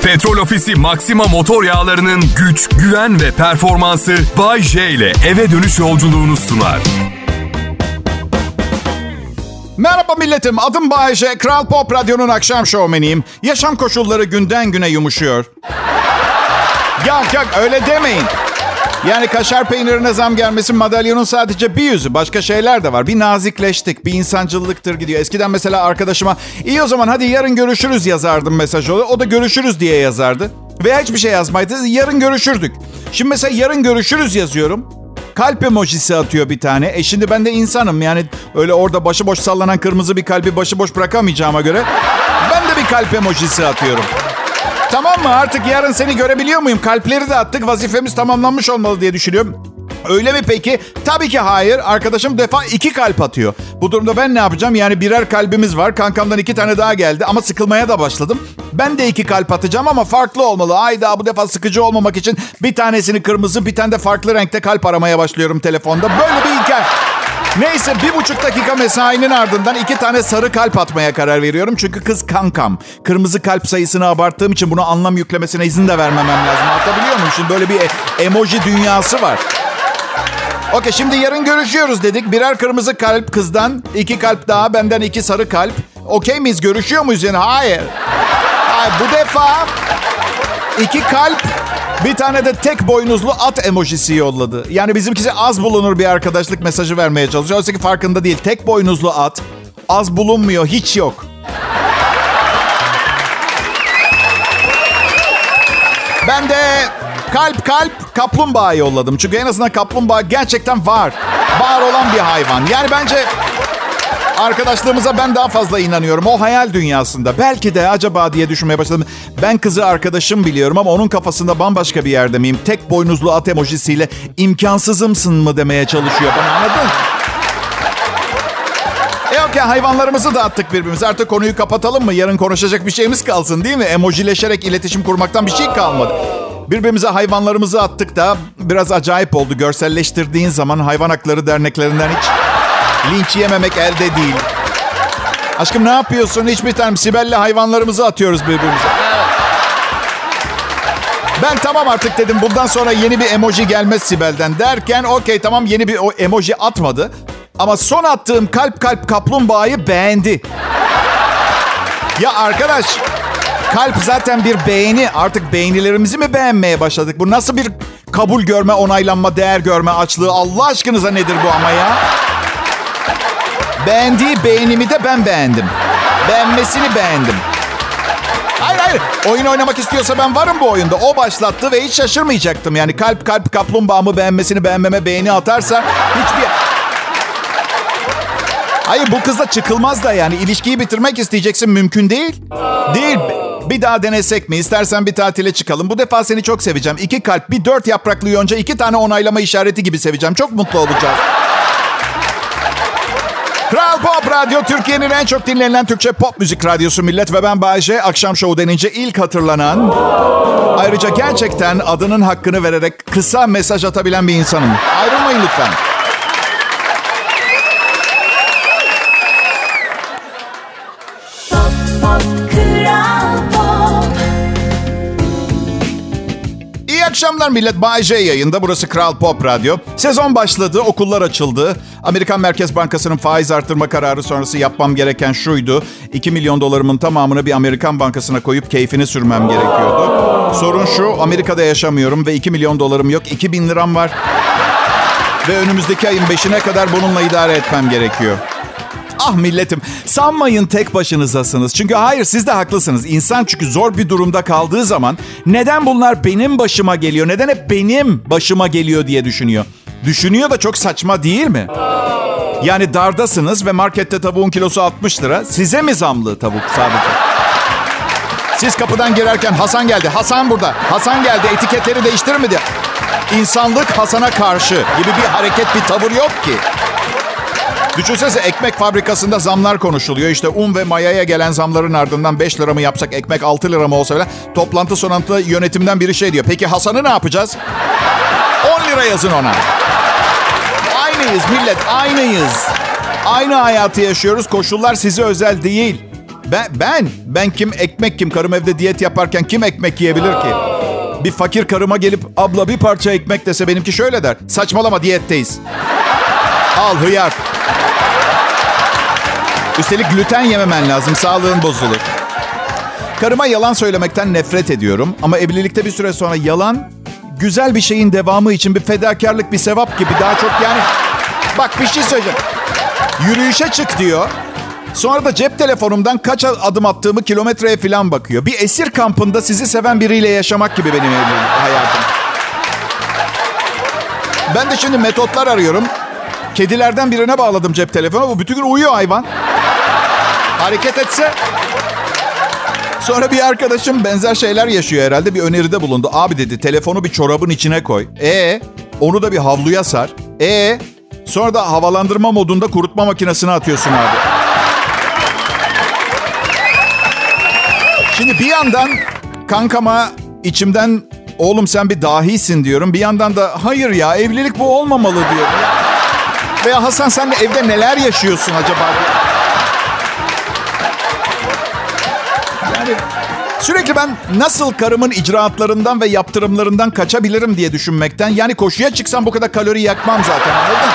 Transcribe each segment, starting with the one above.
Petrol Ofisi Maxima motor yağlarının güç, güven ve performansı Bay J ile eve dönüş yolculuğunu sunar. Merhaba milletim, adım Bay J. Kral Pop Radyo'nun akşam şovmeniyim. Yaşam koşulları günden güne yumuşuyor. Yok öyle demeyin. Yani kaşar peynirine zam gelmesi madalyonun sadece bir yüzü. Başka şeyler de var. Bir nazikleştik, bir insancıllıktır gidiyor. Eskiden mesela arkadaşıma iyi o zaman hadi yarın görüşürüz yazardım mesajı. O da görüşürüz diye yazardı. Veya hiçbir şey yazmaydı. Yarın görüşürdük. Şimdi mesela yarın görüşürüz yazıyorum. Kalp emojisi atıyor bir tane. Şimdi ben de insanım. Yani öyle orada başıboş sallanan kırmızı bir kalbi başıboş bırakamayacağıma göre ben de bir kalp emojisi atıyorum. Tamam mı? Artık yarın seni görebiliyor muyum? Kalpleri de attık. Vazifemiz tamamlanmış olmalı diye düşünüyorum. Öyle mi peki? Tabii ki hayır. Arkadaşım defa 2 kalp atıyor. Bu durumda ben ne yapacağım? Yani birer kalbimiz var. Kankamdan 2 tane daha geldi. Ama sıkılmaya da başladım. Ben de 2 kalp atacağım ama farklı olmalı. Hayda bu defa sıkıcı olmamak için bir tanesini kırmızı, bir tane de farklı renkte kalp aramaya başlıyorum telefonda. Böyle bir hikaye. Neyse 1,5 dakika mesainin ardından 2 tane sarı kalp atmaya karar veriyorum. Çünkü kız kankam. Kırmızı kalp sayısını abarttığım için buna anlam yüklemesine izin de vermemem lazım. Anlatabiliyor muyum? Şimdi böyle bir emoji dünyası var. Okey şimdi yarın görüşüyoruz dedik. Birer kırmızı kalp kızdan, 2 kalp daha benden 2 sarı kalp. Okey miyiz? Görüşüyor muyuz yani? Hayır. Bu defa 2 kalp, bir tane de tek boynuzlu at emojisi yolladı. Yani bizimkisi az bulunur bir arkadaşlık mesajı vermeye çalışıyor. Oysa ki farkında değil. Tek boynuzlu at az bulunmuyor. Hiç yok. Ben de kalp kaplumbağa yolladım. Çünkü en azından kaplumbağa gerçekten var. Var olan bir hayvan. Yani bence arkadaşlığımıza ben daha fazla inanıyorum. O hayal dünyasında. Belki de acaba diye düşünmeye başladım. Ben kızı arkadaşım biliyorum ama onun kafasında bambaşka bir yerde miyim? Tek boynuzlu at emojisiyle imkansızımsın mı demeye çalışıyor bana, anladın? Yok ya hayvanlarımızı da attık birbirimize. Artık konuyu kapatalım mı? Yarın konuşacak bir şeyimiz kalsın değil mi? Emojileşerek iletişim kurmaktan bir şey kalmadı. Birbirimize hayvanlarımızı attık da biraz acayip oldu. Görselleştirdiğin zaman hayvan hakları derneklerinden hiç linç yememek elde değil. Aşkım ne yapıyorsun? Hiçbir tane Sibel'le hayvanlarımızı atıyoruz birbirimize. Ben tamam artık dedim. Bundan sonra yeni bir emoji gelmez Sibel'den derken okey tamam yeni bir emoji atmadı. Ama son attığım kalp kaplumbağayı beğendi. Ya arkadaş kalp zaten bir beğeni. Artık beğenilerimizi mi beğenmeye başladık? Bu nasıl bir kabul görme, onaylanma, değer görme açlığı? Allah aşkınıza nedir bu ama ya? Beğendiği beğenimi de ben beğendim. Beğenmesini beğendim. Hayır. Oyun oynamak istiyorsa ben varım bu oyunda. O başlattı ve hiç şaşırmayacaktım. Yani kalp kaplumbağamı beğenmesini beğenmeme beğeni atarsa hiçbir... Hayır bu kızla çıkılmaz da yani. İlişkiyi bitirmek isteyeceksin mümkün değil. Değil. Bir daha denesek mi? İstersen bir tatile çıkalım. Bu defa seni çok seveceğim. 2 kalp, bir 4 yapraklı yonca, 2 tane onaylama işareti gibi seveceğim. Çok mutlu olacağız. Kral Pop Radyo, Türkiye'nin en çok dinlenilen Türkçe pop müzik radyosu millet. Ve ben Bay J. Akşam şovu denince ilk hatırlanan, ayrıca gerçekten adının hakkını vererek kısa mesaj atabilen bir insanım. Ayrılmayın lütfen. İyi akşamlar millet. Bay J yayında. Burası Kral Pop Radyo. Sezon başladı, okullar açıldı. Amerikan Merkez Bankası'nın faiz artırma kararı sonrası yapmam gereken şuydu. 2 milyon dolarımın tamamını bir Amerikan bankasına koyup keyfini sürmem gerekiyordu. Sorun şu, Amerika'da yaşamıyorum ve 2 milyon dolarım yok. 2.000 liram var. Ve önümüzdeki ayın 5'ine kadar bununla idare etmem gerekiyor. Ah milletim, sanmayın tek başınızasınız. Çünkü hayır, siz de haklısınız. İnsan çünkü zor bir durumda kaldığı zaman neden bunlar benim başıma geliyor, neden hep benim başıma geliyor diye düşünüyor. Düşünüyor da çok saçma değil mi? Yani dardasınız ve markette tavuğun kilosu 60 lira. Size mi zamlı tavuk sadece? Siz kapıdan girerken Hasan geldi, Hasan burada, Hasan geldi, etiketleri değiştirir mi diye. İnsanlık Hasan'a karşı gibi bir hareket, bir tavır yok ki. Düşünsenize ekmek fabrikasında zamlar konuşuluyor. İşte un ve mayaya gelen zamların ardından 5 lira mı yapsak, ekmek 6 lira mı olsa bile. Toplantı sonunda yönetimden biri şey diyor. Peki Hasan'ı ne yapacağız? 10 lira yazın ona. Aynıyız millet, aynıyız. Aynı hayatı yaşıyoruz. Koşullar size özel değil. Ben kim? Ekmek kim? Karım evde diyet yaparken kim ekmek yiyebilir ki? Bir fakir karıma gelip abla bir parça ekmek dese benimki şöyle der. Saçmalama, diyetteyiz. Al hıyar. Üstelik gluten yememen lazım. Sağlığın bozulur. Karıma yalan söylemekten nefret ediyorum. Ama evlilikte bir süre sonra yalan güzel bir şeyin devamı için bir fedakarlık, bir sevap gibi daha çok yani. Bak bir şey söyleyeceğim. Yürüyüşe çık diyor. Sonra da cep telefonumdan kaç adım attığımı kilometreye falan bakıyor. Bir esir kampında sizi seven biriyle yaşamak gibi benim hayatım. Ben de şimdi metotlar arıyorum. Kedilerden birine bağladım cep telefonu. Bu bütün gün uyuyor hayvan. Hareket etse. Sonra bir arkadaşım benzer şeyler yaşıyor herhalde. Bir öneride bulundu. Abi dedi, telefonu bir çorabın içine koy. Onu da bir havluya sar. Sonra da havalandırma modunda kurutma makinesine atıyorsun abi. Şimdi bir yandan kankama içimden oğlum sen bir dahisin diyorum. Bir yandan da hayır ya, evlilik bu olmamalı diyorum. Veya Hasan sen de evde neler yaşıyorsun acaba? Yani sürekli ben nasıl karımın icraatlarından ve yaptırımlarından kaçabilirim diye düşünmekten. Yani koşuya çıksam bu kadar kalori yakmam zaten, anladın?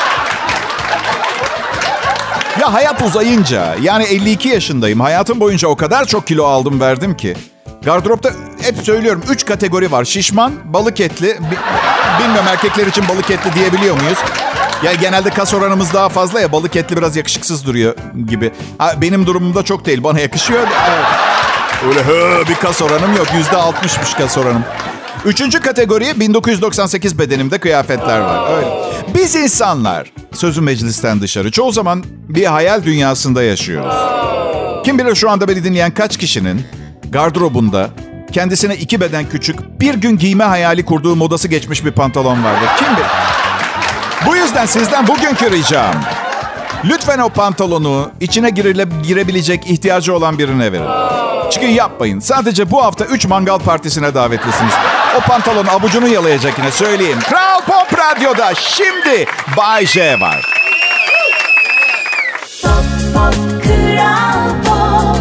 Ya hayat uzayınca, yani 52 yaşındayım. Hayatım boyunca o kadar çok kilo aldım verdim ki. Gardıropta hep söylüyorum 3 kategori var. Şişman, balık etli. Bilmiyorum erkekler için balık etli diyebiliyor muyuz? Ya genelde kas oranımız daha fazla ya, balık etli biraz yakışıksız duruyor gibi. Benim durumumda çok değil, bana yakışıyor. Evet. Öyle bir kas oranım yok. %60'mış kas oranım. 3. kategori 1998 bedenimde kıyafetler var. Öyle. Biz insanlar sözü meclisten dışarı çoğu zaman bir hayal dünyasında yaşıyoruz. Kim bilir şu anda beni dinleyen kaç kişinin gardırobunda kendisine 2 beden küçük bir gün giyme hayali kurduğu modası geçmiş bir pantolon vardır. Kim bilir? Bu yüzden sizden bugünkü ricam, lütfen o pantolonu içine girebilecek ihtiyacı olan birine verin. Çünkü yapmayın. Sadece bu hafta 3 mangal partisine davetlisiniz. O pantolon abucunu yalayacak yine, söyleyeyim. Kral Pop Radyo'da şimdi Bay J var. Pop, pop, Kral Pop.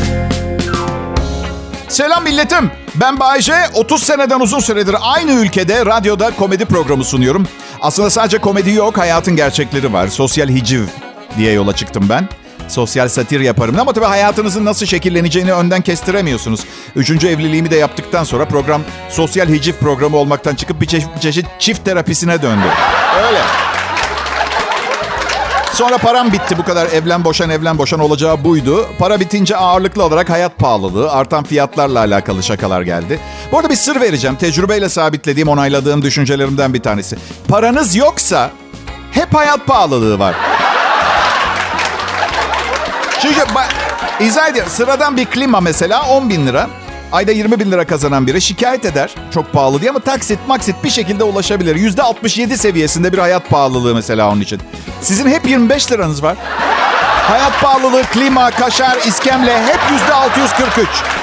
Selam milletim. Ben Bay J. 30 seneden uzun süredir aynı ülkede radyoda komedi programı sunuyorum. Aslında sadece komedi yok, hayatın gerçekleri var. Sosyal hiciv diye yola çıktım ben. Sosyal satir yaparım. Ama tabii hayatınızın nasıl şekilleneceğini önden kestiremiyorsunuz. 3. evliliğimi de yaptıktan sonra program sosyal hiciv programı olmaktan çıkıp bir çeşit çift terapisine döndü. Öyle. Sonra param bitti. Bu kadar evlen boşan olacağı buydu. Para bitince ağırlıklı olarak hayat pahalılığı, artan fiyatlarla alakalı şakalar geldi. Bu arada bir sır vereceğim. Tecrübeyle sabitlediğim, onayladığım düşüncelerimden bir tanesi. Paranız yoksa hep hayat pahalılığı var. Çünkü izah ediyorum. Sıradan bir klima mesela 10 bin lira. Ayda 20 bin lira kazanan biri şikayet eder. Çok pahalı diye ama taksit bir şekilde ulaşabilir. %67 seviyesinde bir hayat pahalılığı mesela onun için. Sizin hep 25 liranız var. Hayat pahalılığı, klima, kaşar, iskemle hep %643.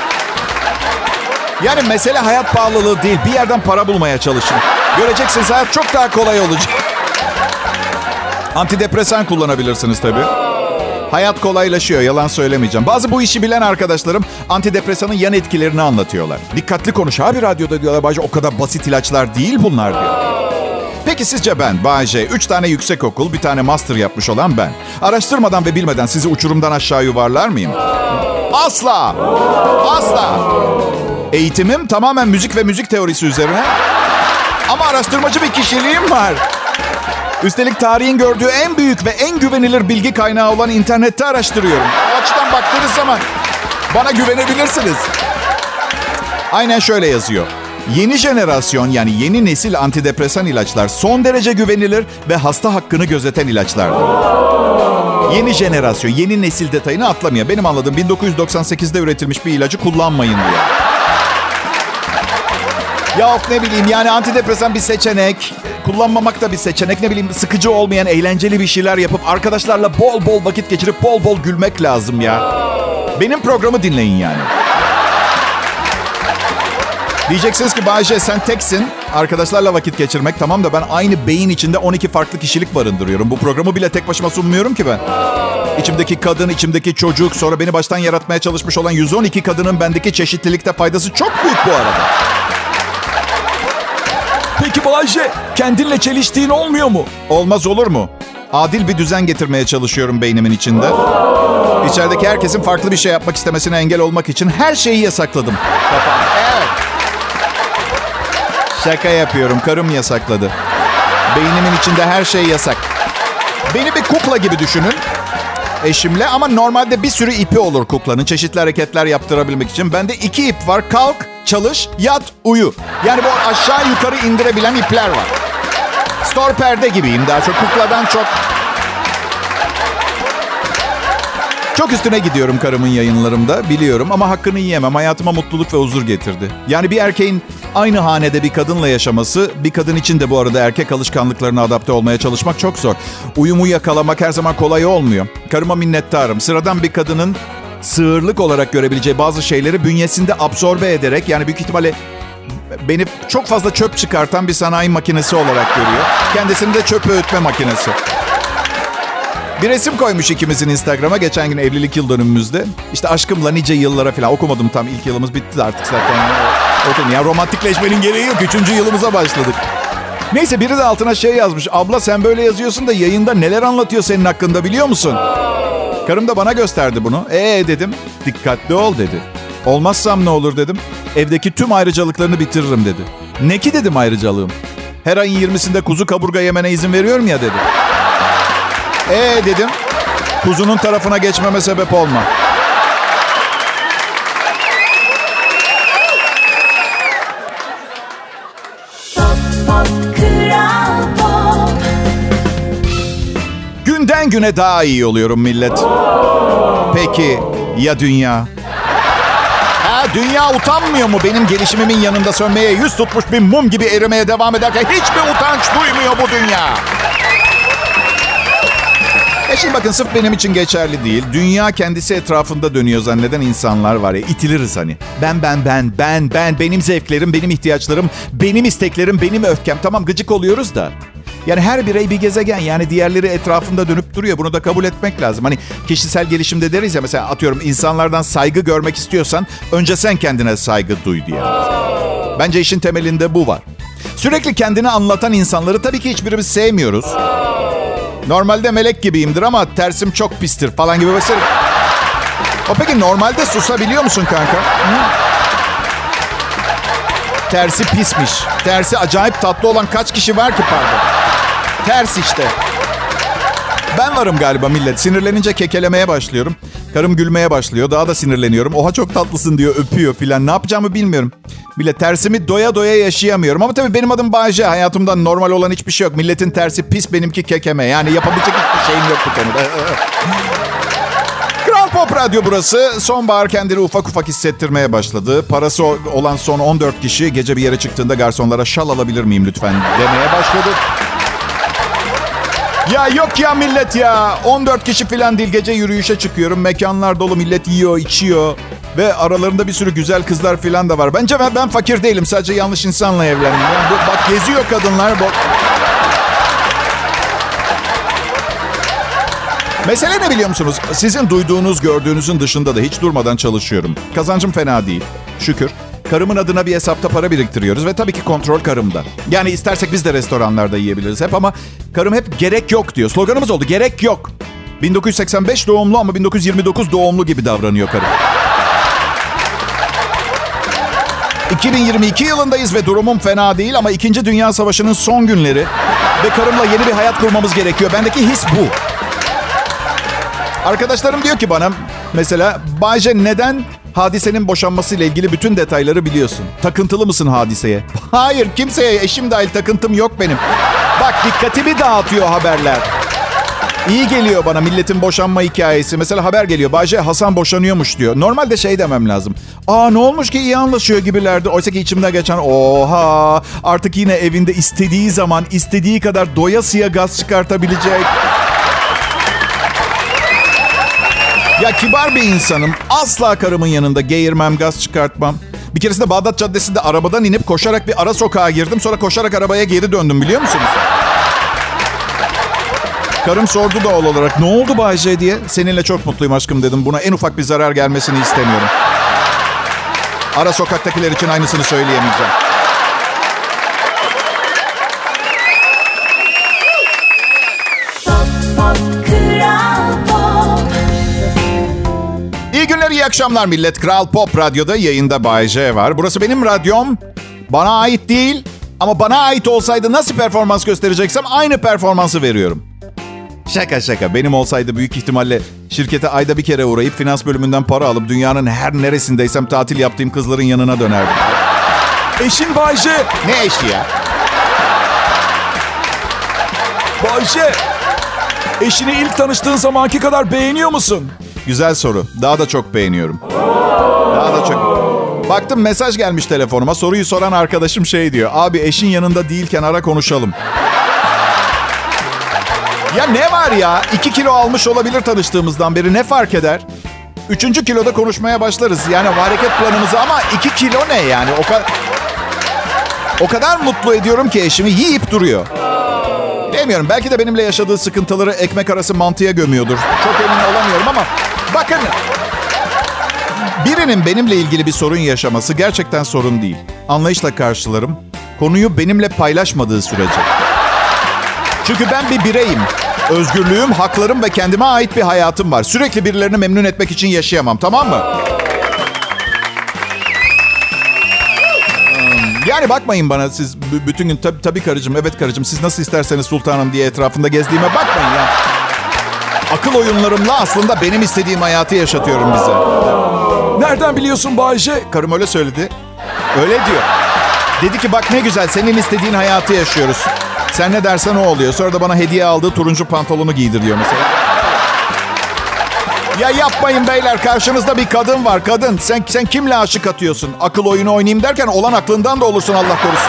Yani mesele hayat pahalılığı değil. Bir yerden para bulmaya çalışın. Göreceksiniz hayat çok daha kolay olacak. Antidepresan kullanabilirsiniz tabii. Hayat kolaylaşıyor, yalan söylemeyeceğim. Bazı bu işi bilen arkadaşlarım antidepresanın yan etkilerini anlatıyorlar. Dikkatli konuş abi radyoda diyorlar. Bayce o kadar basit ilaçlar değil bunlar diyor. Peki sizce ben, Bayce, 3 tane yüksekokul, bir tane master yapmış olan ben. Araştırmadan ve bilmeden sizi uçurumdan aşağı yuvarlar mıyım? Asla! Asla! Eğitimim tamamen müzik ve müzik teorisi üzerine. Ama araştırmacı bir kişiliğim var. Üstelik tarihin gördüğü en büyük ve en güvenilir bilgi kaynağı olan internette araştırıyorum. O açıdan baktığınız zaman bana güvenebilirsiniz. Aynen şöyle yazıyor. Yeni jenerasyon yani yeni nesil antidepresan ilaçlar son derece güvenilir ve hasta hakkını gözeten ilaçlardır. Yeni jenerasyon, yeni nesil detayını atlamıyor. Benim anladığım 1998'de üretilmiş bir ilacı kullanmayın diyor. Ya ne bileyim yani antidepresan bir seçenek. Kullanmamak da bir seçenek. Ne bileyim sıkıcı olmayan eğlenceli bir şeyler yapıp arkadaşlarla bol bol vakit geçirip bol bol gülmek lazım ya. Benim programı dinleyin yani. Diyeceksiniz ki Bayce sen teksin. Arkadaşlarla vakit geçirmek tamam da ben aynı beyin içinde 12 farklı kişilik barındırıyorum. Bu programı bile tek başıma sunmuyorum ki ben. İçimdeki kadın, içimdeki çocuk, sonra beni baştan yaratmaya çalışmış olan 112 kadının bendeki çeşitlilikte faydası çok büyük bu arada. Peki Bayce, kendinle çeliştiğin olmuyor mu? Olmaz olur mu? Adil bir düzen getirmeye çalışıyorum beynimin içinde. İçerideki herkesin farklı bir şey yapmak istemesine engel olmak için her şeyi yasakladım. Evet. Şaka yapıyorum. Karım yasakladı. Beynimin içinde her şey yasak. Beni bir kukla gibi düşünün. Eşimle ama normalde bir sürü ipi olur kuklanın. Çeşitli hareketler yaptırabilmek için. Bende 2 ip var. Kalk, çalış, yat, uyu. Yani bu aşağı yukarı indirebilen ipler var. Store perde gibiyim daha çok. Kukladan çok. Çok üstüne gidiyorum karımın yayınlarımda biliyorum ama hakkını yiyemem. Hayatıma mutluluk ve huzur getirdi. Yani bir erkeğin aynı hanede bir kadınla yaşaması, bir kadın için de bu arada erkek alışkanlıklarına adapte olmaya çalışmak çok zor. Uyumu yakalamak her zaman kolay olmuyor. Karıma minnettarım. Sıradan bir kadının sığırlık olarak görebileceği bazı şeyleri bünyesinde absorbe ederek, yani büyük ihtimalle beni çok fazla çöp çıkartan bir sanayi makinesi olarak görüyor. Kendisini de çöp öğütme makinesi. Bir resim koymuş ikimizin Instagram'a geçen gün evlilik yıl dönümümüzde. İşte aşkımla nice yıllara falan, okumadım tam, ilk yılımız bitti artık zaten. Okudum ya, romantikleşmenin gereği yok. 3. yılımıza başladık. Neyse biri de altına şey yazmış. Abla sen böyle yazıyorsun da yayında neler anlatıyor senin hakkında biliyor musun? Karım da bana gösterdi bunu. Dedim. Dikkatli ol dedi. Olmazsam ne olur dedim. Evdeki tüm ayrıcalıklarını bitiririm dedi. Ne ki dedim ayrıcalığım. Her ayın 20'sinde kuzu kaburga yemene izin veriyorum ya dedi. Dedim. Kuzunun tarafına geçmeme sebep olma. Günden güne daha iyi oluyorum millet. Peki ya dünya? Dünya utanmıyor mu benim gelişimimin yanında sönmeye yüz tutmuş bir mum gibi erimeye devam ederken hiçbir utanç duymuyor bu dünya? Şimdi bakın, sırf benim için geçerli değil. Dünya kendisi etrafında dönüyor zanneden insanlar var ya, itiliriz hani. Ben, benim zevklerim, benim ihtiyaçlarım, benim isteklerim, benim öfkem. Tamam, gıcık oluyoruz da. Yani her birey bir gezegen, yani diğerleri etrafında dönüp duruyor. Bunu da kabul etmek lazım. Hani kişisel gelişimde deriz ya, mesela atıyorum insanlardan saygı görmek istiyorsan önce sen kendine saygı duy diye. Bence işin temelinde bu var. Sürekli kendini anlatan insanları tabii ki hiçbirimiz sevmiyoruz. Normalde melek gibiyimdir ama tersim çok pistir falan gibi mesela. Peki normalde susabiliyor musun kanka? Tersi pismiş. Tersi acayip tatlı olan kaç kişi var ki pardon? Ters işte. Ben varım galiba millet. Sinirlenince kekelemeye başlıyorum. Karım gülmeye başlıyor. Daha da sinirleniyorum. Oha çok tatlısın diyor, öpüyor filan. Ne yapacağımı bilmiyorum. Millet, tersimi doya doya yaşayamıyorum. Ama tabii benim adım Bayce. Hayatımda normal olan hiçbir şey yok. Milletin tersi pis, benimki kekeme. Yani yapabilecek hiçbir şeyim yok bu konuda. Kral Pop Radyo burası. Sonbahar kendini ufak ufak hissettirmeye başladı. Parası olan son 14 kişi gece bir yere çıktığında garsonlara şal alabilir miyim lütfen demeye başladı. Ya yok ya millet ya. 14 kişi falan değil, gece yürüyüşe çıkıyorum. Mekanlar dolu, millet yiyor, içiyor. Ve aralarında bir sürü güzel kızlar falan da var. Bence ben fakir değilim. Sadece yanlış insanla evlendim. Yani bak geziyor kadınlar. Mesele ne biliyor musunuz? Sizin duyduğunuz, gördüğünüzün dışında da hiç durmadan çalışıyorum. Kazancım fena değil. Şükür. Karımın adına bir hesapta para biriktiriyoruz ve tabii ki kontrol karımda. Yani istersek biz de restoranlarda yiyebiliriz hep ama karım hep gerek yok diyor. Sloganımız oldu, gerek yok. 1985 doğumlu ama 1929 doğumlu gibi davranıyor karım. 2022 yılındayız ve durumum fena değil ama 2. Dünya Savaşı'nın son günleri ve karımla yeni bir hayat kurmamız gerekiyor. Bendeki his bu. Arkadaşlarım diyor ki bana mesela, Bayce neden Hadise'nin boşanmasıyla ilgili bütün detayları biliyorsun? Takıntılı mısın Hadise'ye? Hayır, kimseye, eşim dahil takıntım yok benim. Bak dikkatimi dağıtıyor haberler. İyi geliyor bana milletin boşanma hikayesi. Mesela haber geliyor, Bayce Hasan boşanıyormuş diyor. Normalde şey demem lazım. Ne olmuş ki iyi anlaşıyor gibilerdi. Oysa ki içimden geçen oha artık yine evinde istediği zaman istediği kadar doyasıya gaz çıkartabilecek. Ya kibar bir insanım. Asla karımın yanında geğirmem, gaz çıkartmam. Bir keresinde Bağdat Caddesi'nde arabadan inip koşarak bir ara sokağa girdim. Sonra koşarak arabaya geri döndüm, biliyor musunuz? Karım sordu doğal olarak, ne oldu Bay J diye. Seninle çok mutluyum aşkım dedim. Buna en ufak bir zarar gelmesini istemiyorum. Ara sokaktakiler için aynısını söyleyemeyeceğim. İyi günler, iyi akşamlar millet. Kral Pop Radyo'da yayında Bay J var. Burası benim radyom. Bana ait değil. Ama bana ait olsaydı nasıl performans göstereceksem aynı performansı veriyorum. Şaka. Benim olsaydı büyük ihtimalle şirkete ayda bir kere uğrayıp finans bölümünden para alıp dünyanın her neresindeysem tatil yaptığım kızların yanına dönerdim. Eşin Bay J. Ne eşi ya? Bay J. Eşini ilk tanıştığın zamanki kadar beğeniyor musun? Güzel soru. Daha da çok beğeniyorum. Daha da çok. Baktım mesaj gelmiş telefonuma. Soruyu soran arkadaşım şey diyor. Abi eşin yanında değilken ara konuşalım. Ya ne var ya? 2 kilo almış olabilir tanıştığımızdan beri. Ne fark eder? 3. kiloda konuşmaya başlarız. Yani hareket planımızı, ama 2 kilo ne yani? O kadar mutlu ediyorum ki eşimi, yiyip duruyor. Bilmiyorum, belki de benimle yaşadığı sıkıntıları ekmek arası mantıya gömüyordur. Çok emin olamıyorum ama bakın, birinin benimle ilgili bir sorun yaşaması gerçekten sorun değil. Anlayışla karşılarım. Konuyu benimle paylaşmadığı sürece. Çünkü ben bir bireyim. Özgürlüğüm, haklarım ve kendime ait bir hayatım var. Sürekli birilerini memnun etmek için yaşayamam, tamam mı? Yani bakmayın bana siz bütün gün tabii karıcığım, evet karıcığım, siz nasıl isterseniz sultanım diye etrafında gezdiğime bakmayın ya. Akıl oyunlarımla aslında benim istediğim hayatı yaşatıyorum bize. Nereden biliyorsun Bay J? Karım öyle söyledi. Öyle diyor. Dedi ki bak ne güzel, senin istediğin hayatı yaşıyoruz. Sen ne dersen o oluyor. Sonra da bana hediye aldığı turuncu pantolonu giydiriyor mesela. Ya yapmayın beyler, karşınızda bir kadın var, kadın. Sen kimle aşık atıyorsun? Akıl oyunu oynayayım derken olan aklından da olursun, Allah korusun.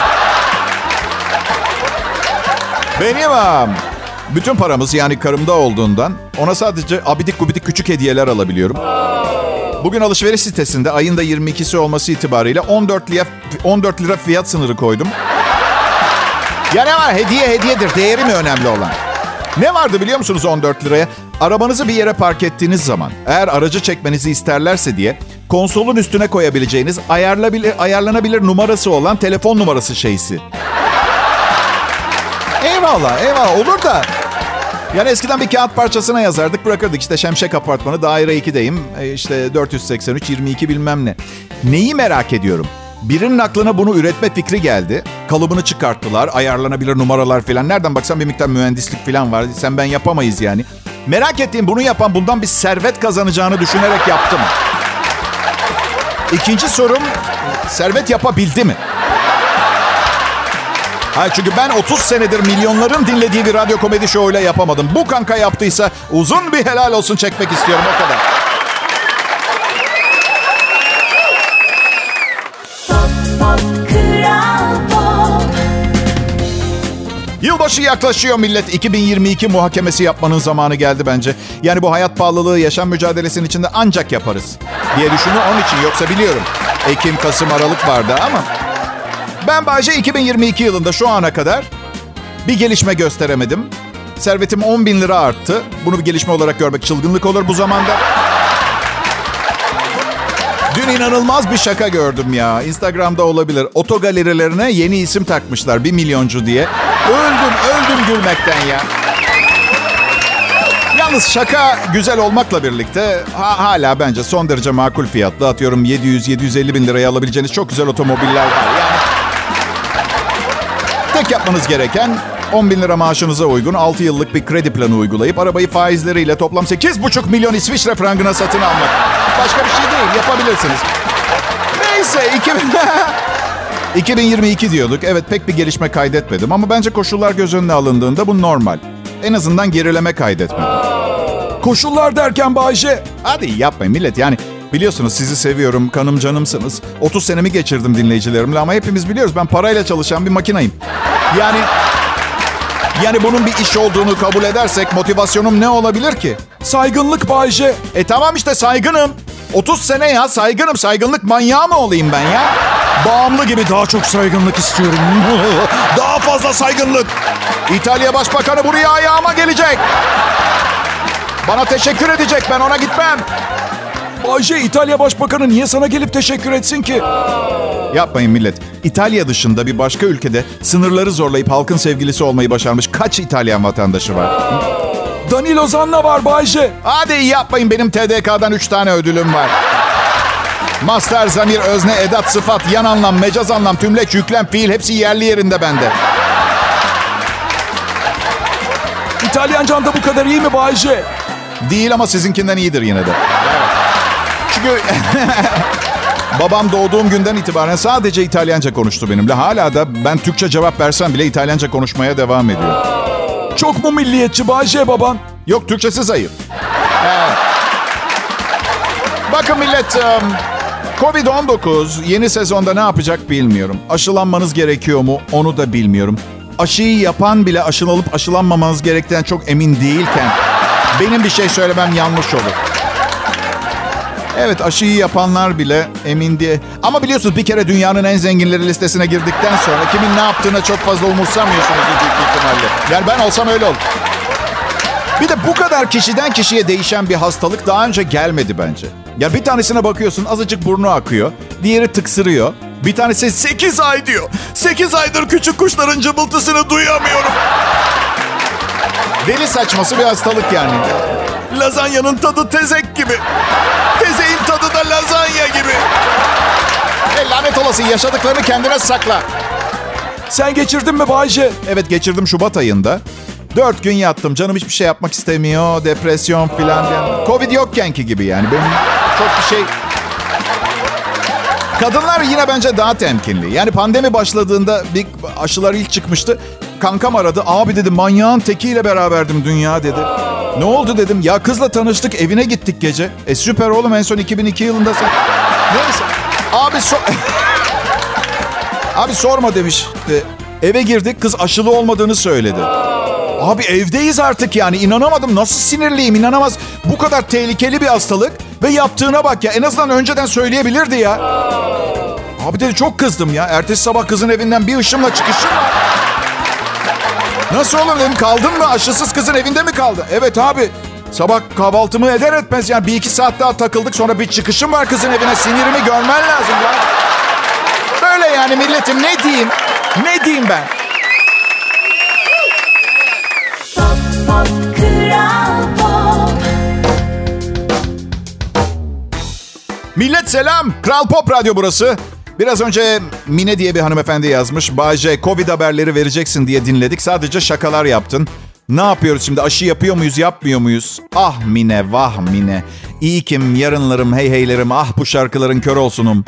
Benim bütün paramız, yani karımda olduğundan, ona sadece abidik gubidik küçük hediyeler alabiliyorum. Bugün alışveriş sitesinde ayın da 22'si olması itibariyle 14 lira fiyat sınırı koydum. Ya ne var? Hediyedir. Değeri mi önemli olan? Ne vardı biliyor musunuz 14 liraya? Arabanızı bir yere park ettiğiniz zaman, eğer aracı çekmenizi isterlerse diye konsolun üstüne koyabileceğiniz ayarlanabilir numarası olan telefon numarası şeysi. Eyvallah olur da. Yani eskiden bir kağıt parçasına yazardık, bırakırdık. İşte Şemşek Apartmanı, daire 2'deyim. İşte 483, 22 bilmem ne. Neyi merak ediyorum? Birinin aklına bunu üretme fikri geldi. Kalıbını çıkarttılar. Ayarlanabilir numaralar falan. Nereden baksan bir miktar mühendislik falan var. Sen ben yapamayız yani. Merak ettiğim, bunu yapan bundan bir servet kazanacağını düşünerek yaptım. İkinci sorum, servet yapabildi mi? Çünkü ben 30 senedir milyonların dinlediği bir radyo komedi şovuyla yapamadım. Bu kanka yaptıysa uzun bir helal olsun çekmek istiyorum, o kadar. Yılbaşı yaklaşıyor millet. 2022 muhakemesi yapmanın zamanı geldi bence. Yani bu hayat pahalılığı, yaşam mücadelesinin içinde ancak yaparız diye düşünüyorum. Onun için, yoksa biliyorum Ekim, Kasım, Aralık vardı ama ben Bayce 2022 yılında şu ana kadar bir gelişme gösteremedim. Servetim 10.000 lira arttı. Bunu bir gelişme olarak görmek çılgınlık olur bu zamanda. Dün inanılmaz bir şaka gördüm ya. Instagram'da olabilir. Otogalerilerine yeni isim takmışlar. 1 milyoncu diye. Öldüm gülmekten ya. Yalnız şaka güzel olmakla birlikte hala bence son derece makul fiyatlı. Atıyorum 700-750 bin liraya alabileceğiniz çok güzel otomobiller var. Yani tek yapmanız gereken 10 bin lira maaşınıza uygun 6 yıllık bir kredi planı uygulayıp arabayı faizleriyle toplam 8,5 milyon İsviçre frangına satın almak. Başka bir şey değil, yapabilirsiniz. Neyse 2022 diyorduk. Evet, pek bir gelişme kaydetmedim ama bence koşullar göz önüne alındığında bu normal. En azından gerileme kaydetmedim. Koşullar derken Bay J. Hadi yapmayın millet, yani biliyorsunuz sizi seviyorum, kanım canımsınız. 30 senemi geçirdim dinleyicilerimle ama hepimiz biliyoruz ben parayla çalışan bir makinayım. Yani bunun bir iş olduğunu kabul edersek motivasyonum ne olabilir ki? Saygınlık Bay J. Tamam işte saygınım. 30 sene ya, saygınım. Saygınlık manyağı mı olayım ben ya? Bağımlı gibi daha çok saygınlık istiyorum. Daha fazla saygınlık. İtalya Başbakanı buraya ayağıma gelecek. Bana teşekkür edecek, ben ona gitmem. Bayşe, İtalya Başbakanı niye sana gelip teşekkür etsin ki? Yapmayın millet. İtalya dışında bir başka ülkede sınırları zorlayıp halkın sevgilisi olmayı başarmış kaç İtalyan vatandaşı var? Danilo Zanna var Bayşe. Hadi yapmayın, benim TDK'dan 3 tane ödülüm var. Master, zamir, özne, edat, sıfat, yan anlam, mecaz anlam, tümleç, yüklem, fiil hepsi yerli yerinde bende. İtalyancan da bu kadar iyi mi Bayşe? Değil ama sizinkinden iyidir yine de. Çünkü babam doğduğum günden itibaren sadece İtalyanca konuştu benimle. Hala da ben Türkçe cevap versem bile İtalyanca konuşmaya devam ediyor. Çok mu milliyetçi Bayşe baban? Yok, Türkçesi zayıf. Bakın millet, Covid-19 yeni sezonda ne yapacak bilmiyorum. Aşılanmanız gerekiyor mu onu da bilmiyorum. Aşıyı yapan bile aşılanıp aşılanmamanız gerektiğinden çok emin değilken benim bir şey söylemem yanlış olur. Evet, aşıyı yapanlar bile emin diye. Ama biliyorsunuz bir kere dünyanın en zenginleri listesine girdikten sonra kimin ne yaptığına çok fazla umursamıyorsunuz büyük ihtimalle. Yani ben olsam öyle olur. Bir de bu kadar kişiden kişiye değişen bir hastalık daha önce gelmedi bence. Ya bir tanesine bakıyorsun azıcık burnu akıyor. Diğeri tıksırıyor. Bir tanesi 8 ay diyor. 8 aydır küçük kuşların cıvıltısını duyamıyorum. Deli saçması bir hastalık yani. Lazanyanın tadı tezek gibi. Tezeğin tadı da lazanya gibi. Lanet olası, yaşadıklarını kendine sakla. Sen geçirdin mi Bayşe? Evet, geçirdim Şubat ayında. 4 gün yattım. Canım hiçbir şey yapmak istemiyor. Depresyon filan. Covid yokkenki gibi yani. Benim çok bir şey... Kadınlar yine bence daha temkinli. Yani pandemi başladığında bir aşılar ilk çıkmıştı. Kankam aradı. Abi dedi, manyağın tekiyle beraberdim dünya dedi. Ne oldu dedim. Ya kızla tanıştık, evine gittik gece. Süper oğlum, en son 2002 yılında sen... Neyse. Abi sorma demiş. Eve girdik, kız aşılı olmadığını söyledi. Abi evdeyiz artık yani, inanamadım. Nasıl sinirliyim, inanamaz. Bu kadar tehlikeli bir hastalık ve yaptığına bak ya. En azından önceden söyleyebilirdi ya. Abi dedi, çok kızdım ya. Ertesi sabah kızın evinden bir ışımla çıkışım var. Nasıl olur dedim, kaldın mı? Aşısız kızın evinde mi kaldı? Evet abi. Sabah kahvaltımı eder etmez yani 1-2 saat daha takıldık, sonra bir çıkışım var kızın evine. Sinirimi görmen lazım ya. Böyle yani milletim, ne diyeyim? Ne diyeyim ben? Millet selam. Kral Pop Radyo burası. Biraz önce Mine diye bir hanımefendi yazmış. Bayce, Covid haberleri vereceksin diye dinledik. Sadece şakalar yaptın. Ne yapıyoruz şimdi? Aşı yapıyor muyuz, yapmıyor muyuz? Ah Mine, vah Mine. İyi kim, yarınlarım, hey heylerim. Ah bu şarkıların kör olsunum.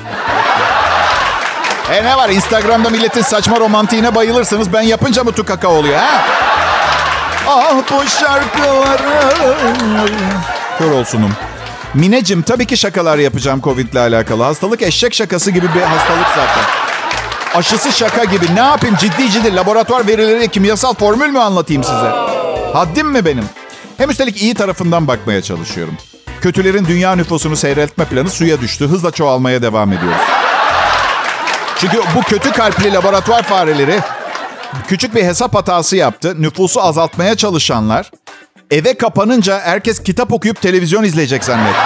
Ne var? Instagram'da milletin saçma romantiğine bayılırsınız. Ben yapınca mı tukaka oluyor ha? Ah bu şarkıların kör olsunum. Mineciğim, tabii ki şakalar yapacağım Covid'le alakalı. Hastalık eşek şakası gibi bir hastalık zaten. Aşısı şaka gibi. Ne yapayım, ciddi laboratuvar verileri, kimyasal formül mü anlatayım size? Haddim mi benim? Hem üstelik iyi tarafından bakmaya çalışıyorum. Kötülerin dünya nüfusunu seyreltme planı suya düştü. Hızla çoğalmaya devam ediyoruz. Çünkü bu kötü kalpli laboratuvar fareleri küçük bir hesap hatası yaptı. Nüfusu azaltmaya çalışanlar eve kapanınca herkes kitap okuyup televizyon izleyecek zannetti.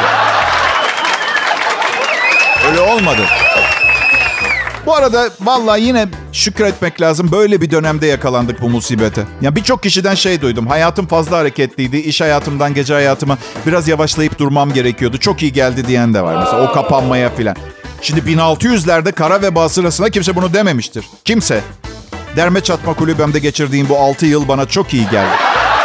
Öyle olmadı. Bu arada vallahi yine şükretmek lazım. Böyle bir dönemde yakalandık bu musibete. Ya birçok kişiden şey duydum. Hayatım fazla hareketliydi. İş hayatımdan gece hayatıma biraz yavaşlayıp durmam gerekiyordu. Çok iyi geldi diyen de var. Mesela o kapanmaya filan. Şimdi 1600'lerde kara veba sırasında kimse bunu dememiştir. Kimse. Derme çatma kulübemde geçirdiğim bu 6 yıl bana çok iyi geldi.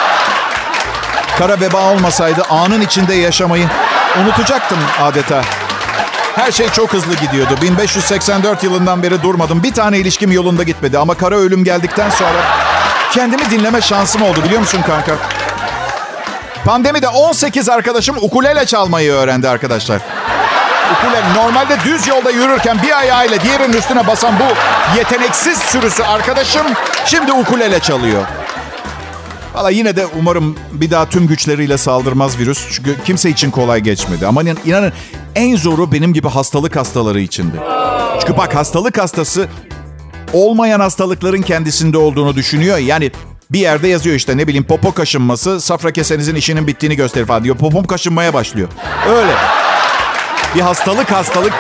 Kara veba olmasaydı anın içinde yaşamayı unutacaktım adeta. Her şey çok hızlı gidiyordu. 1584 yılından beri durmadım. Bir tane ilişkim yolunda gitmedi. Ama kara ölüm geldikten sonra kendimi dinleme şansım oldu, biliyor musun kanka? Pandemide 18 arkadaşım ukulele çalmayı öğrendi arkadaşlar. Ukulele. Normalde düz yolda yürürken bir ayağıyla diğerinin üstüne basan bu yeteneksiz sürüsü arkadaşım şimdi ukulele çalıyor. Valla yine de umarım bir daha tüm güçleriyle saldırmaz virüs. Çünkü kimse için kolay geçmedi. Ama inanın en zoru benim gibi hastalık hastaları içindi. Çünkü bak, hastalık hastası olmayan hastalıkların kendisinde olduğunu düşünüyor. Yani bir yerde yazıyor işte, ne bileyim, popo kaşınması safra kesenizin işinin bittiğini gösterir falan diyor. Popom kaşınmaya başlıyor. Öyle. Bir hastalık.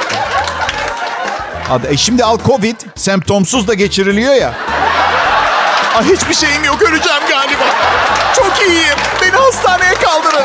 Şimdi al Covid, semptomsuz da geçiriliyor ya. Hiçbir şeyim yok, öleceğim galiba. Çok iyiyim. Beni hastaneye kaldırın.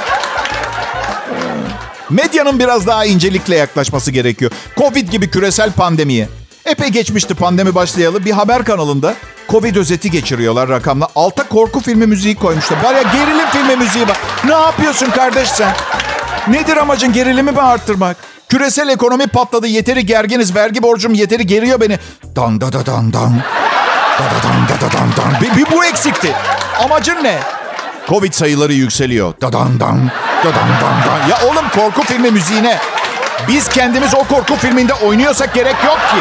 Medyanın biraz daha incelikle yaklaşması gerekiyor. Covid gibi küresel pandemiye. Epey geçmişti pandemi başlayalı. Bir haber kanalında Covid özeti geçiriyorlar rakamla. Alta korku filmi müziği koymuşlar. Var ya, gerilim filmi müziği bak. Ne yapıyorsun kardeş sen? Nedir amacın, gerilimi mi arttırmak? Küresel ekonomi patladı. Yeteri gerginiz. Vergi borcum yeteri geriyor beni. Dan da da dan dan. Da da dan da da dan dan. Bir bu eksikti. Amacın ne? Covid sayıları yükseliyor. Da dan dan. Da dan dan dan. Ya oğlum, korku filmi müziğine. Biz kendimiz o korku filminde oynuyorsak gerek yok ki.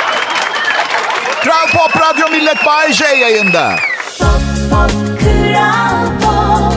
Kral Pop Radyo Millet, Bay J yayında. Pop, pop, Kral Pop.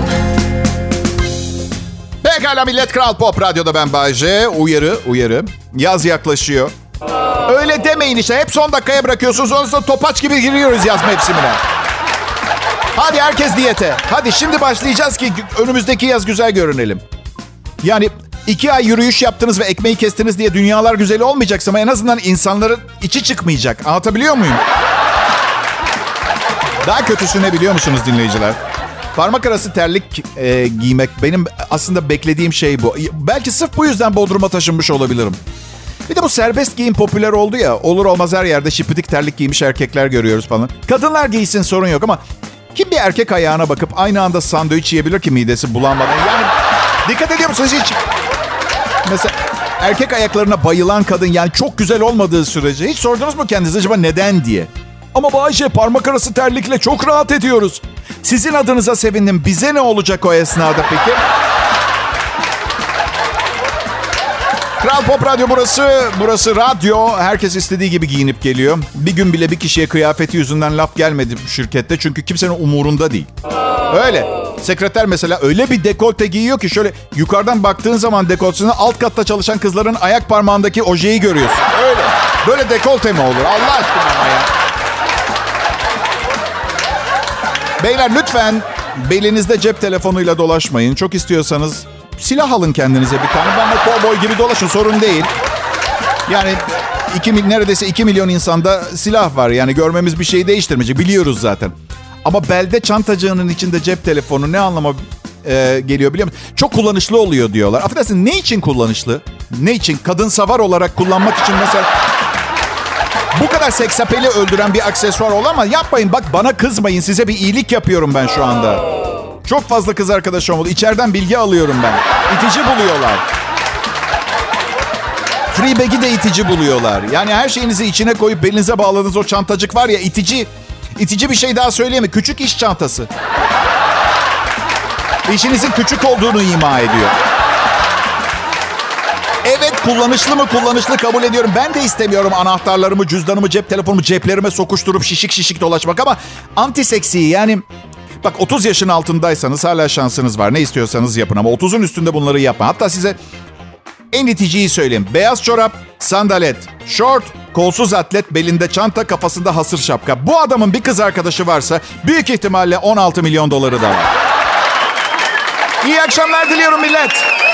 Pekala millet, Kral Pop Radyo'da ben Bay J. Uyarı. Yaz yaklaşıyor. Öyle demeyin işte. Hep son dakikaya bırakıyorsunuz. Ondan sonra topaç gibi giriyoruz yaz mevsimine. Hadi herkes diyete. Hadi şimdi başlayacağız ki önümüzdeki yaz güzel görünelim. Yani 2 ay yürüyüş yaptınız ve ekmeği kestiniz diye dünyalar güzeli olmayacaksa ama en azından insanların içi çıkmayacak. Anlatabiliyor muyum? Daha kötüsü ne biliyor musunuz dinleyiciler? Parmak arası terlik giymek benim aslında beklediğim şey bu. Belki sırf bu yüzden Bodrum'a taşınmış olabilirim. Bir de bu serbest giyim popüler oldu ya. Olur olmaz her yerde şipidik terlik giymiş erkekler görüyoruz falan. Kadınlar giysin, sorun yok ama kim bir erkek ayağına bakıp aynı anda sandviç yiyebilir ki midesi bulanmadan? Yani dikkat ediyor musunuz hiç? Mesela erkek ayaklarına bayılan kadın, yani çok güzel olmadığı sürece hiç sordunuz mu kendinize acaba neden diye? Ama Bayşe, parmak arası terlikle çok rahat ediyoruz. Sizin adınıza sevindim. Bize ne olacak o esnada peki? Kral Pop Radyo burası. Burası radyo. Herkes istediği gibi giyinip geliyor. Bir gün bile bir kişiye kıyafeti yüzünden laf gelmedi şirkette. Çünkü kimsenin umurunda değil. Öyle. Sekreter mesela öyle bir dekolte giyiyor ki şöyle yukarıdan baktığın zaman dekoltesine alt katta çalışan kızların ayak parmağındaki ojeyi görüyorsun. Öyle. Böyle dekolte mi olur? Allah aşkına ama ya. Beyler lütfen belinizde cep telefonuyla dolaşmayın. Çok istiyorsanız silah alın kendinize bir tane. Ben de kovboy gibi dolaşın, sorun değil. Yani neredeyse 2 milyon insanda silah var. Yani görmemiz bir şeyi değiştirmeyecek. Biliyoruz zaten. Ama belde çantacığının içinde cep telefonu ne anlama geliyor biliyor musun? Çok kullanışlı oluyor diyorlar. Affedersin, ne için kullanışlı? Ne için? Kadın savar olarak kullanmak için mesela... Bu kadar seksapeli öldüren bir aksesuar olamaz. Yapmayın, bak bana kızmayın. Size bir iyilik yapıyorum ben şu anda. Çok fazla kız arkadaşım oldu. İçeriden bilgi alıyorum ben. İtici buluyorlar. Freebag'i de itici buluyorlar. Yani her şeyinizi içine koyup belinize bağladığınız o çantacık var ya, itici. İtici bir şey daha söyleyeyim mi? Küçük iş çantası. İşinizin küçük olduğunu ima ediyor. Evet, kullanışlı mı? Kullanışlı, kabul ediyorum. Ben de istemiyorum anahtarlarımı, cüzdanımı, cep telefonumu ceplerime sokuşturup şişik dolaşmak ama antiseksi yani... Bak 30 yaşın altındaysanız hala şansınız var. Ne istiyorsanız yapın ama 30'un üstünde bunları yapma. Hatta size en iticiyi söyleyeyim. Beyaz çorap, sandalet, şort, kolsuz atlet, belinde çanta, kafasında hasır şapka. Bu adamın bir kız arkadaşı varsa büyük ihtimalle 16 milyon doları da var. İyi akşamlar diliyorum millet.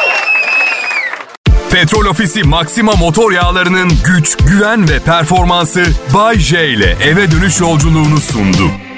Petrol Ofisi Maxima motor yağlarının güç, güven ve performansı Bay J ile eve dönüş yolculuğunu sundu.